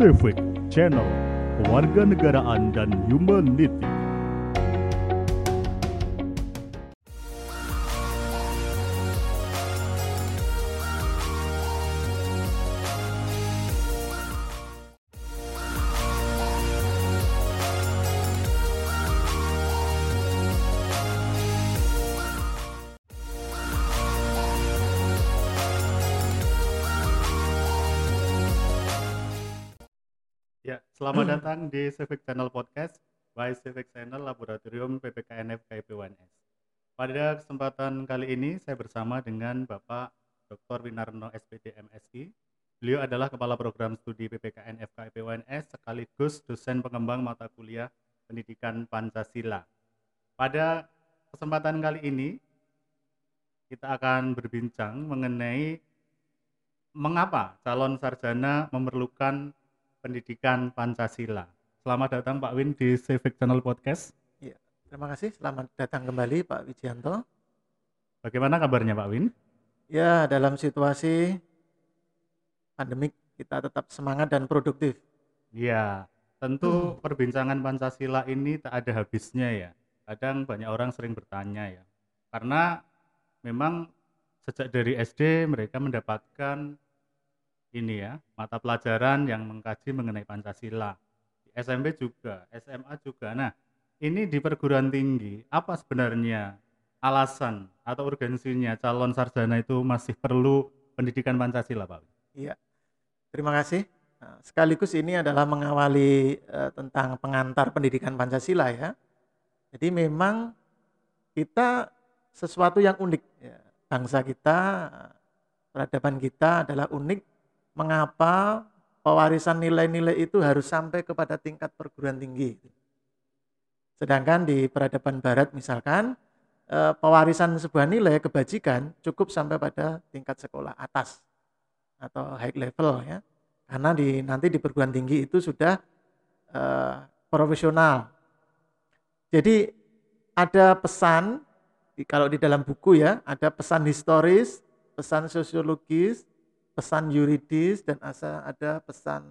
Civic Channel Kewarganegaraan dan Humanity. Ya, selamat datang di Civic Channel Podcast by Civic Channel Laboratorium PPKNF KIP UNS. Pada kesempatan kali ini saya bersama dengan Bapak Dr. Winarno SPD MSI. Beliau adalah Kepala Program Studi PPKNF KIP UNS sekaligus dosen pengembang mata kuliah Pendidikan Pancasila. Pada kesempatan kali ini kita akan berbincang mengenai mengapa calon sarjana memerlukan pendidikan Pancasila. Selamat datang Pak Win di Civic Channel Podcast. Ya, terima kasih. Selamat datang kembali Pak Wijianto. Bagaimana kabarnya Pak Win? Ya, dalam situasi pandemik kita tetap semangat dan produktif. Ya, tentu perbincangan Pancasila ini tak ada habisnya ya. Kadang banyak orang sering bertanya ya. Karena memang sejak dari SD mereka mendapatkan ini ya, mata pelajaran yang mengkaji mengenai Pancasila. Di SMP juga, SMA juga. Nah, ini di perguruan tinggi, apa sebenarnya alasan atau urgensinya calon sarjana itu masih perlu pendidikan Pancasila, Pak? Iya, terima kasih. Nah, sekaligus ini adalah mengawali tentang pengantar pendidikan Pancasila ya. Jadi memang kita sesuatu yang unik. Ya. Bangsa kita, peradaban kita adalah unik. Mengapa pewarisan nilai-nilai itu harus sampai kepada tingkat perguruan tinggi. Sedangkan di peradaban barat misalkan, pewarisan sebuah nilai kebajikan cukup sampai pada tingkat sekolah atas atau high level ya. Karena nanti di perguruan tinggi itu sudah profesional. Jadi ada pesan, kalau di dalam buku ya, ada pesan historis, pesan sosiologis, pesan yuridis, dan ada pesan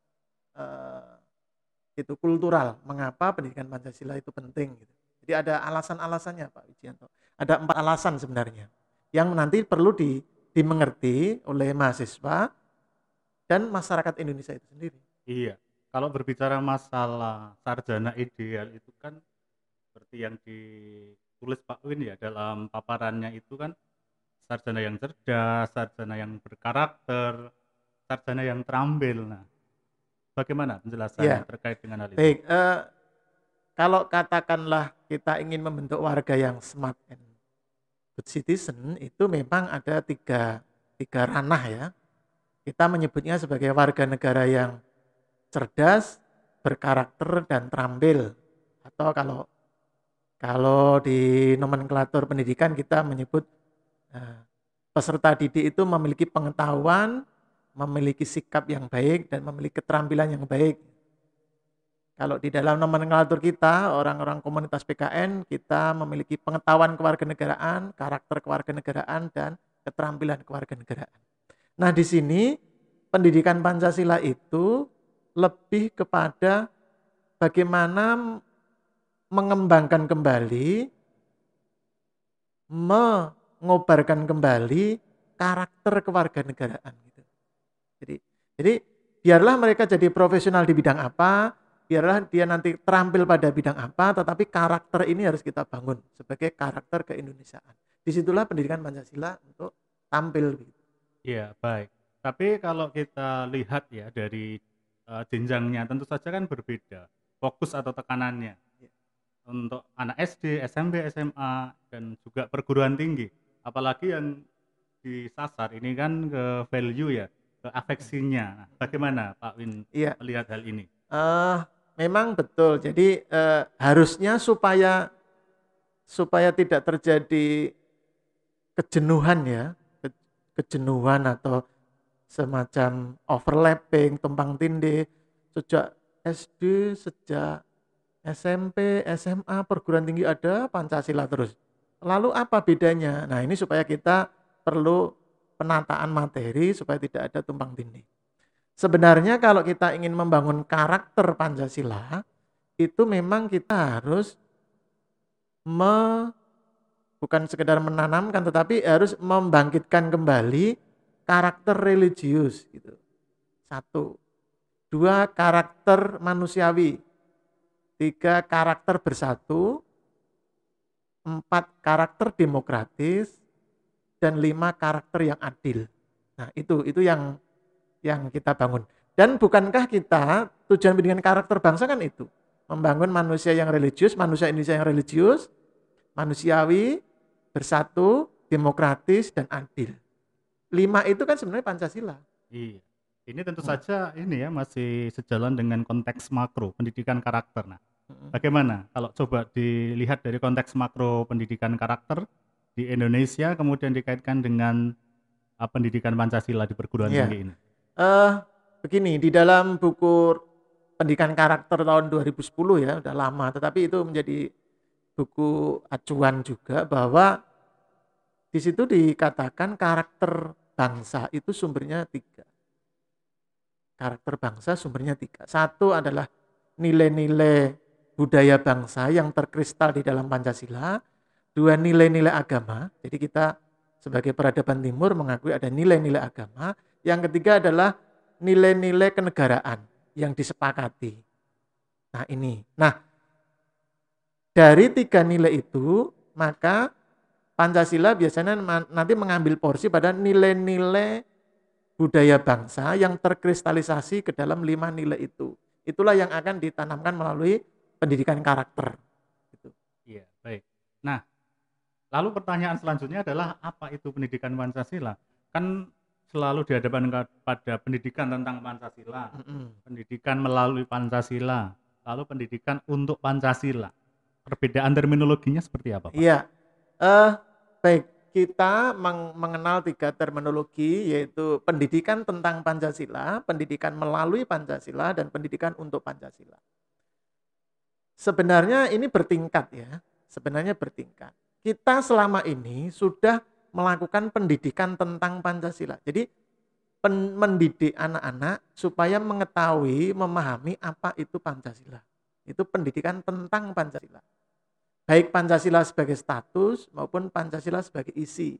itu kultural. Mengapa pendidikan Pancasila itu penting? Gitu. Jadi ada alasan-alasannya Pak Wijianto. Ada 4 alasan sebenarnya yang nanti perlu dimengerti oleh mahasiswa dan masyarakat Indonesia itu sendiri. Iya, kalau berbicara masalah sarjana ideal itu kan seperti yang ditulis Pak Win ya dalam paparannya itu kan sarjana yang cerdas, sarjana yang berkarakter, sarjana yang terampil. Nah, bagaimana penjelasannya terkait dengan hal itu? Baik, kalau katakanlah kita ingin membentuk warga yang smart and good citizen, itu memang ada tiga ranah ya. Kita menyebutnya sebagai warga negara yang cerdas, berkarakter, dan terampil. Atau kalau di nomenklatur pendidikan kita menyebut peserta didik itu memiliki pengetahuan, memiliki sikap yang baik, dan memiliki keterampilan yang baik. Kalau di dalam nomenklatur kita, orang-orang komunitas PKN, kita memiliki pengetahuan kewarganegaraan, karakter kewarganegaraan, dan keterampilan kewarganegaraan. Nah, di sini pendidikan Pancasila itu lebih kepada bagaimana mengembangkan kembali, mengobarkan kembali karakter kewarganegaraan gitu. Jadi biarlah mereka jadi profesional di bidang apa, biarlah dia nanti terampil pada bidang apa, tetapi karakter ini harus kita bangun sebagai karakter keindonesiaan. Disitulah pendidikan Pancasila untuk tampil gitu. Iya, baik. Tapi kalau kita lihat ya dari jenjangnya tentu saja kan berbeda, fokus atau tekanannya. Untuk anak SD, SMP, SMA, dan juga perguruan tinggi. Apalagi yang disasar ini kan ke value ya, ke afeksinya. Nah, bagaimana Pak Win melihat hal ini? Memang betul. Jadi harusnya supaya tidak terjadi kejenuhan ya, kejenuhan atau semacam overlapping, tumpang tindih sejak SD, sejak SMP, SMA, perguruan tinggi ada Pancasila terus. Lalu apa bedanya? Nah, ini supaya kita perlu penataan materi supaya tidak ada tumpang tindih. Sebenarnya kalau kita ingin membangun karakter Pancasila, itu memang kita harus me bukan sekedar menanamkan, tetapi harus membangkitkan kembali karakter religius gitu. Satu. Dua, karakter manusiawi. Tiga, karakter bersatu. Empat, karakter demokratis. Dan lima, karakter yang adil. Nah, itu yang kita bangun. Dan bukankah kita tujuan pendidikan karakter bangsa kan itu? Membangun manusia yang religius, manusia Indonesia yang religius, manusiawi, bersatu, demokratis, dan adil. Lima itu kan sebenarnya Pancasila. Iya. Ini tentu saja ini ya masih sejalan dengan konteks makro pendidikan karakter. Nah, bagaimana kalau coba dilihat dari konteks makro pendidikan karakter di Indonesia kemudian dikaitkan dengan pendidikan Pancasila di perguruan Iya. tinggi ini? Begini, di dalam buku pendidikan karakter tahun 2010 ya, udah lama, tetapi itu menjadi buku acuan juga bahwa di situ dikatakan karakter bangsa itu sumbernya tiga. Karakter bangsa sumbernya tiga. Satu adalah nilai-nilai budaya bangsa yang terkristal di dalam Pancasila. Dua, nilai-nilai agama. Jadi kita sebagai peradaban timur mengakui ada nilai-nilai agama. Yang ketiga adalah nilai-nilai kenegaraan yang disepakati. Nah ini. Nah, dari tiga nilai itu, maka Pancasila biasanya nanti mengambil porsi pada nilai-nilai budaya bangsa yang terkristalisasi ke dalam lima nilai itu. Itulah yang akan ditanamkan melalui pendidikan karakter. Gitu. Iya, baik. Nah, lalu pertanyaan selanjutnya adalah apa itu pendidikan Pancasila? Kan selalu dihadapkan pada pendidikan tentang Pancasila, pendidikan melalui Pancasila, lalu pendidikan untuk Pancasila. Perbedaan terminologinya seperti apa, Pak? Iya, baik. Kita mengenal tiga terminologi, yaitu pendidikan tentang Pancasila, pendidikan melalui Pancasila, dan pendidikan untuk Pancasila. Sebenarnya ini bertingkat ya, sebenarnya bertingkat. Kita selama ini sudah melakukan pendidikan tentang Pancasila. Jadi mendidik anak-anak supaya mengetahui, memahami apa itu Pancasila. Itu pendidikan tentang Pancasila. Baik Pancasila sebagai status maupun Pancasila sebagai isi.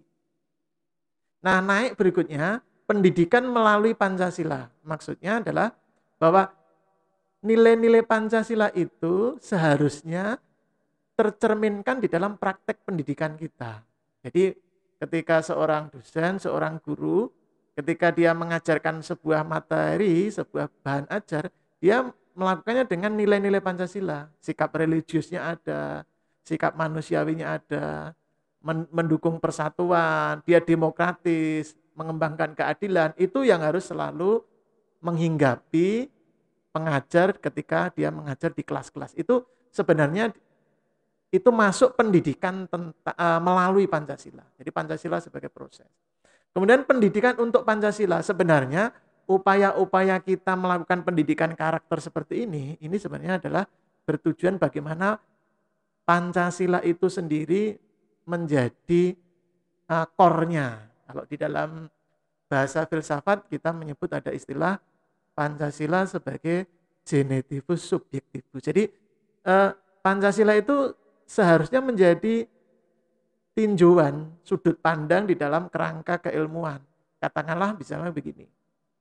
Nah, naik berikutnya pendidikan melalui Pancasila. Maksudnya adalah bahwa nilai-nilai Pancasila itu seharusnya tercerminkan di dalam praktek pendidikan kita. Jadi ketika seorang dosen, seorang guru, ketika dia mengajarkan sebuah materi, sebuah bahan ajar, dia melakukannya dengan nilai-nilai Pancasila. Sikap religiusnya ada, sikap manusiawinya ada, mendukung persatuan, dia demokratis, mengembangkan keadilan, itu yang harus selalu menghinggapi pengajar ketika dia mengajar di kelas-kelas. Itu sebenarnya itu masuk pendidikan melalui Pancasila. Jadi Pancasila sebagai proses. Kemudian pendidikan untuk Pancasila, sebenarnya upaya-upaya kita melakukan pendidikan karakter seperti ini sebenarnya adalah bertujuan bagaimana Pancasila itu sendiri menjadi core-nya. Kalau di dalam bahasa filsafat kita menyebut ada istilah Pancasila sebagai genetivus subjektivus. Jadi Pancasila itu seharusnya menjadi tinjauan sudut pandang di dalam kerangka keilmuan. Katakanlah misalnya begini,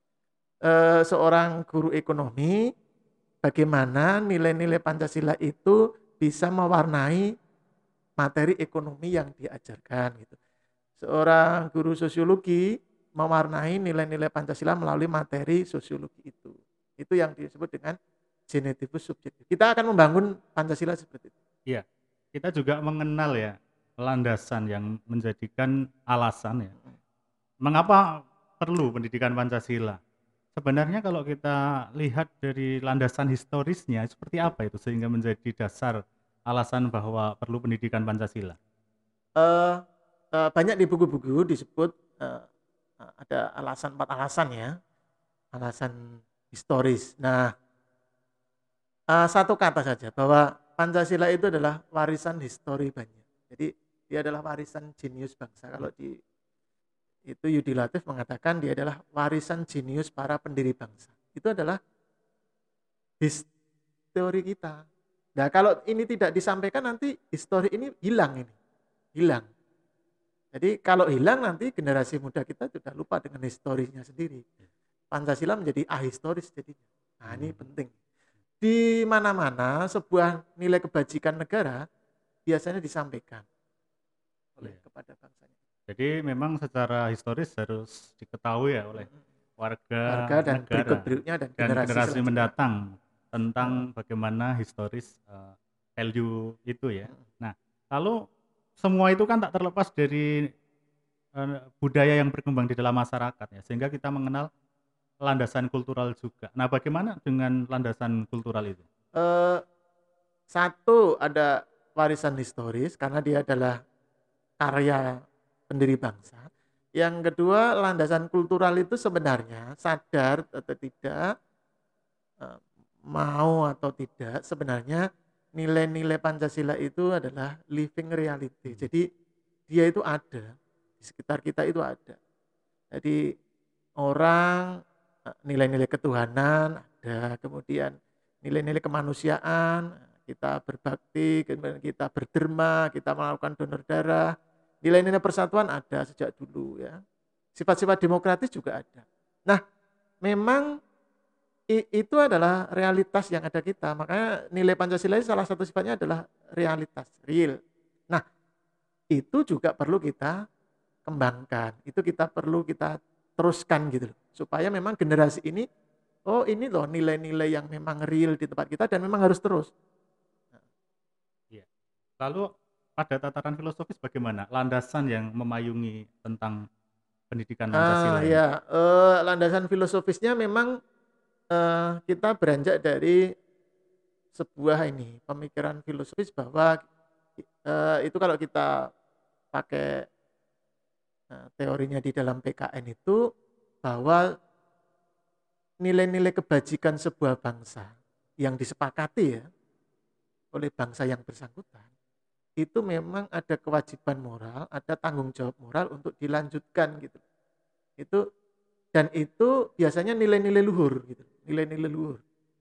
seorang guru ekonomi, bagaimana nilai-nilai Pancasila itu bisa mewarnai materi ekonomi yang diajarkan. Gitu. Seorang guru sosiologi mewarnai nilai-nilai Pancasila melalui materi sosiologi itu. Itu yang disebut dengan genetivus subjektif. Kita akan membangun Pancasila seperti itu. Iya, kita juga mengenal ya landasan yang menjadikan alasan ya. Mengapa perlu pendidikan Pancasila? Sebenarnya kalau kita lihat dari landasan historisnya seperti apa itu sehingga menjadi dasar alasan bahwa perlu pendidikan Pancasila? Banyak di buku-buku disebut ada alasan 4 alasan ya, alasan historis. Nah, satu kata saja bahwa Pancasila itu adalah warisan histori banyak. Jadi dia adalah warisan jenius bangsa. Kalau di Itu Yudi Latif mengatakan dia adalah warisan jenius para pendiri bangsa. Itu adalah histori kita. Nah, kalau ini tidak disampaikan nanti histori ini hilang ini. Hilang. Jadi kalau hilang nanti generasi muda kita sudah lupa dengan historinya sendiri. Pancasila menjadi ahistoris jadinya. Nah, ini penting. Di mana-mana sebuah nilai kebajikan negara biasanya disampaikan oleh kepada bangsanya. Jadi memang secara historis harus diketahui ya oleh warga Warga dan negara berikutnya dan dan generasi generasi selanjutnya. mendatang tentang bagaimana historis value itu ya. Nah, lalu semua itu kan tak terlepas dari budaya yang berkembang di dalam masyarakat ya, sehingga kita mengenal landasan kultural juga. Nah, bagaimana dengan landasan kultural itu? Satu, ada warisan historis karena dia adalah karya pendiri bangsa. Yang kedua, landasan kultural itu sebenarnya sadar atau tidak, mau atau tidak, sebenarnya nilai-nilai Pancasila itu adalah living reality. Jadi dia itu ada di sekitar kita, itu ada. Jadi orang, nilai-nilai ketuhanan ada, kemudian nilai-nilai kemanusiaan, kita berbakti, kemudian kita berderma, kita melakukan donor darah, nilai-nilai persatuan ada sejak dulu ya. Sifat-sifat demokratis juga ada. Nah, memang itu adalah realitas yang ada kita. Makanya nilai Pancasila salah satu sifatnya adalah realitas, real. Nah, itu juga perlu kita kembangkan. Itu kita perlu kita teruskan gitu loh. Supaya memang generasi ini, oh ini loh nilai-nilai yang memang real di tempat kita dan memang harus terus. Iya. Lalu pada tataran filosofis bagaimana landasan yang memayungi tentang pendidikan Pancasila ini? Ya, landasan filosofisnya memang kita beranjak dari sebuah ini pemikiran filosofis bahwa itu kalau kita pakai teorinya di dalam PKN itu bahwa nilai-nilai kebajikan sebuah bangsa yang disepakati ya oleh bangsa yang bersangkutan itu memang ada kewajiban moral, ada tanggung jawab moral untuk dilanjutkan gitu. Itu dan itu biasanya nilai-nilai luhur gitu, nilai-nilai luhur.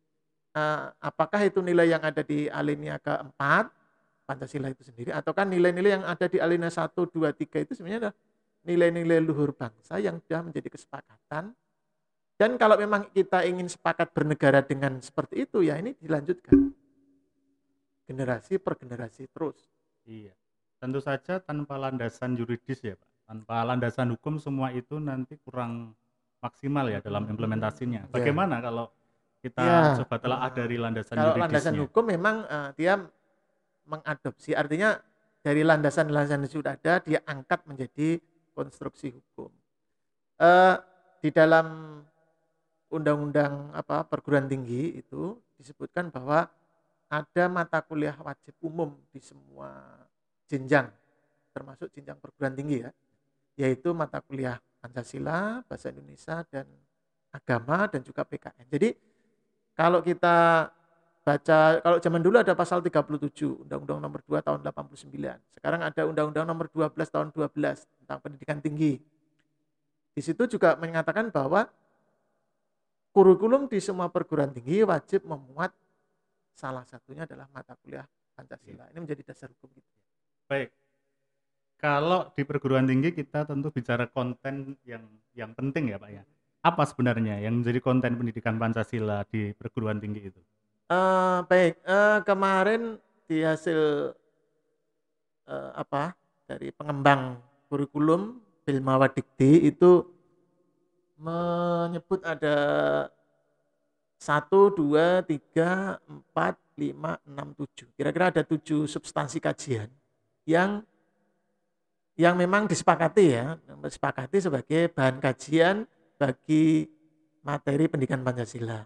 Apakah itu nilai yang ada di alinea keempat Pancasila itu sendiri, ataukah nilai-nilai yang ada di alinea 1, 2, 3 itu sebenarnya adalah nilai-nilai luhur bangsa yang sudah menjadi kesepakatan. Dan kalau memang kita ingin sepakat bernegara dengan seperti itu, ya ini dilanjutkan. Generasi per generasi terus. Iya. Tentu saja tanpa landasan yuridis ya Pak. Tanpa landasan hukum semua itu nanti kurang maksimal ya dalam implementasinya. Bagaimana kalau kita coba telaah dari landasan kalau landasan yuridisnya? hukum memang dia mengadopsi, artinya dari landasan-landasan yang sudah ada dia angkat menjadi konstruksi hukum. Di dalam undang-undang perguruan tinggi itu disebutkan bahwa ada mata kuliah wajib umum di semua jenjang, termasuk jenjang perguruan tinggi ya, yaitu mata kuliah Pancasila, Bahasa Indonesia, dan Agama, dan juga PKN. Jadi kalau kita baca, kalau zaman dulu ada pasal 37, Undang-Undang nomor 2 tahun 89. Sekarang ada Undang-Undang nomor 12 tahun 12 tentang pendidikan tinggi. Di situ juga menyatakan bahwa kurikulum di semua perguruan tinggi wajib memuat salah satunya adalah mata kuliah Pancasila. Ini menjadi dasar hukum kita. Baik. Kalau di perguruan tinggi kita tentu bicara konten yang penting ya Pak ya. Apa sebenarnya yang menjadi konten pendidikan Pancasila di perguruan tinggi itu? Baik, kemarin di hasil dari pengembang kurikulum Bilma Wadikti itu menyebut ada 1, 2, 3, 4, 5, 6, 7. Kira-kira ada 7 substansi kajian yang memang disepakati sebagai bahan kajian bagi materi pendidikan Pancasila.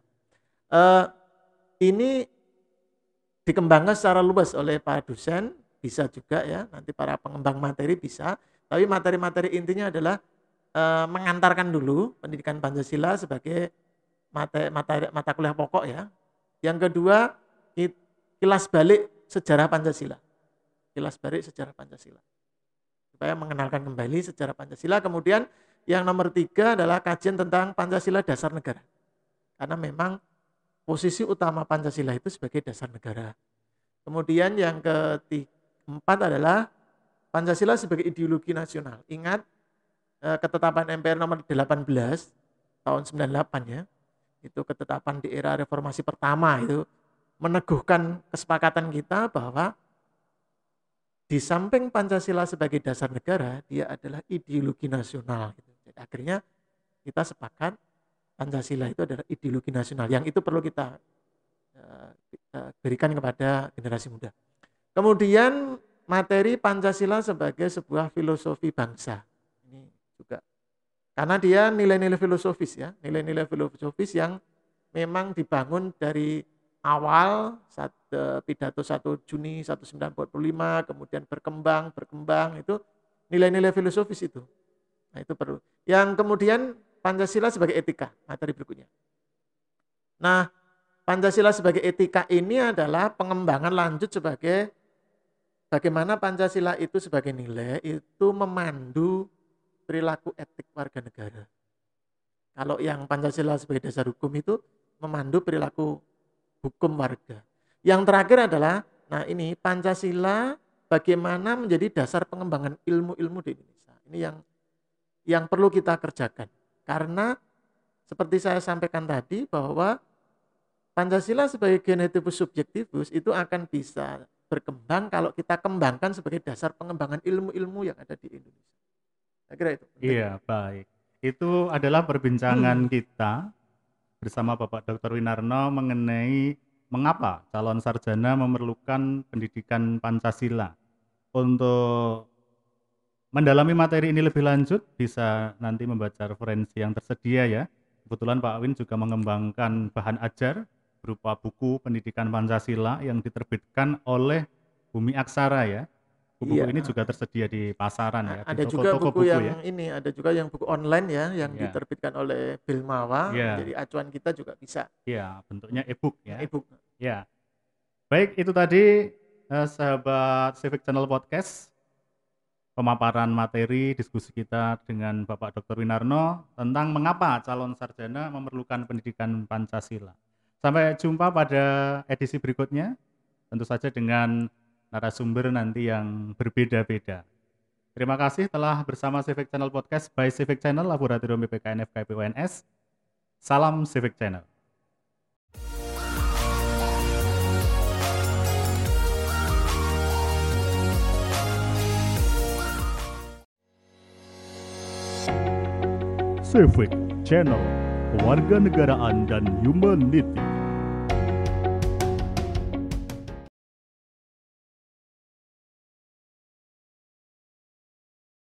Ini dikembangkan secara luas oleh para dosen, bisa juga ya, nanti para pengembang materi bisa, tapi materi-materi intinya adalah mengantarkan dulu pendidikan Pancasila sebagai mata kuliah pokok ya. Yang kedua, kilas balik sejarah Pancasila. Kilas balik sejarah Pancasila. supaya mengenalkan kembali sejarah Pancasila. Kemudian yang nomor 3 adalah kajian tentang Pancasila dasar negara. Karena memang posisi utama Pancasila itu sebagai dasar negara. Kemudian yang keempat adalah Pancasila sebagai ideologi nasional. Ingat ketetapan MPR nomor 18 tahun 98 ya. Itu ketetapan di era reformasi pertama itu meneguhkan kesepakatan kita bahwa di samping Pancasila sebagai dasar negara, dia adalah ideologi nasional. Jadi akhirnya kita sepakat Pancasila itu adalah ideologi nasional. Yang itu perlu kita berikan kepada generasi muda. Kemudian materi Pancasila sebagai sebuah filosofi bangsa. Ini juga karena dia nilai-nilai filosofis ya, nilai-nilai filosofis yang memang dibangun dari awal pidato 1 Juni 1945, kemudian berkembang itu nilai-nilai filosofis itu. Nah, itu perlu. Yang kemudian Pancasila sebagai etika, materi berikutnya. Nah, Pancasila sebagai etika ini adalah pengembangan lanjut sebagai bagaimana Pancasila itu sebagai nilai itu memandu perilaku etik warga negara. Kalau yang Pancasila sebagai dasar hukum itu memandu perilaku hukum warga. Yang terakhir adalah, nah ini Pancasila bagaimana menjadi dasar pengembangan ilmu-ilmu di Indonesia. Ini yang perlu kita kerjakan. Karena seperti saya sampaikan tadi bahwa Pancasila sebagai genetibus subjektivus itu akan bisa berkembang kalau kita kembangkan sebagai dasar pengembangan ilmu-ilmu yang ada di Indonesia. Saya kira itu. Iya, baik. Itu adalah perbincangan kita bersama Bapak Dr. Winarno mengenai mengapa calon sarjana memerlukan pendidikan Pancasila. Untuk mendalami materi ini lebih lanjut, bisa nanti membaca referensi yang tersedia ya. Kebetulan Pak Win juga mengembangkan bahan ajar berupa buku pendidikan Pancasila yang diterbitkan oleh Bumi Aksara ya. Buku ini juga tersedia di pasaran ya. Ada juga buku yang ya. Ada juga yang buku online ya yang diterbitkan oleh Bilmawa. Jadi acuan kita juga bisa. Iya, bentuknya e-book ya. E-book. Ya. Baik, itu tadi sahabat Civic Channel Podcast pemaparan materi diskusi kita dengan Bapak Dr. Winarno tentang mengapa calon sarjana memerlukan pendidikan Pancasila. Sampai jumpa pada edisi berikutnya, tentu saja dengan narasumber nanti yang berbeda-beda. Terima kasih telah bersama Civic Channel Podcast by Civic Channel Laboratorium PPKN FKIP UNS. Salam Civic Channel. Civic Channel, kewarganegaraan dan humanity.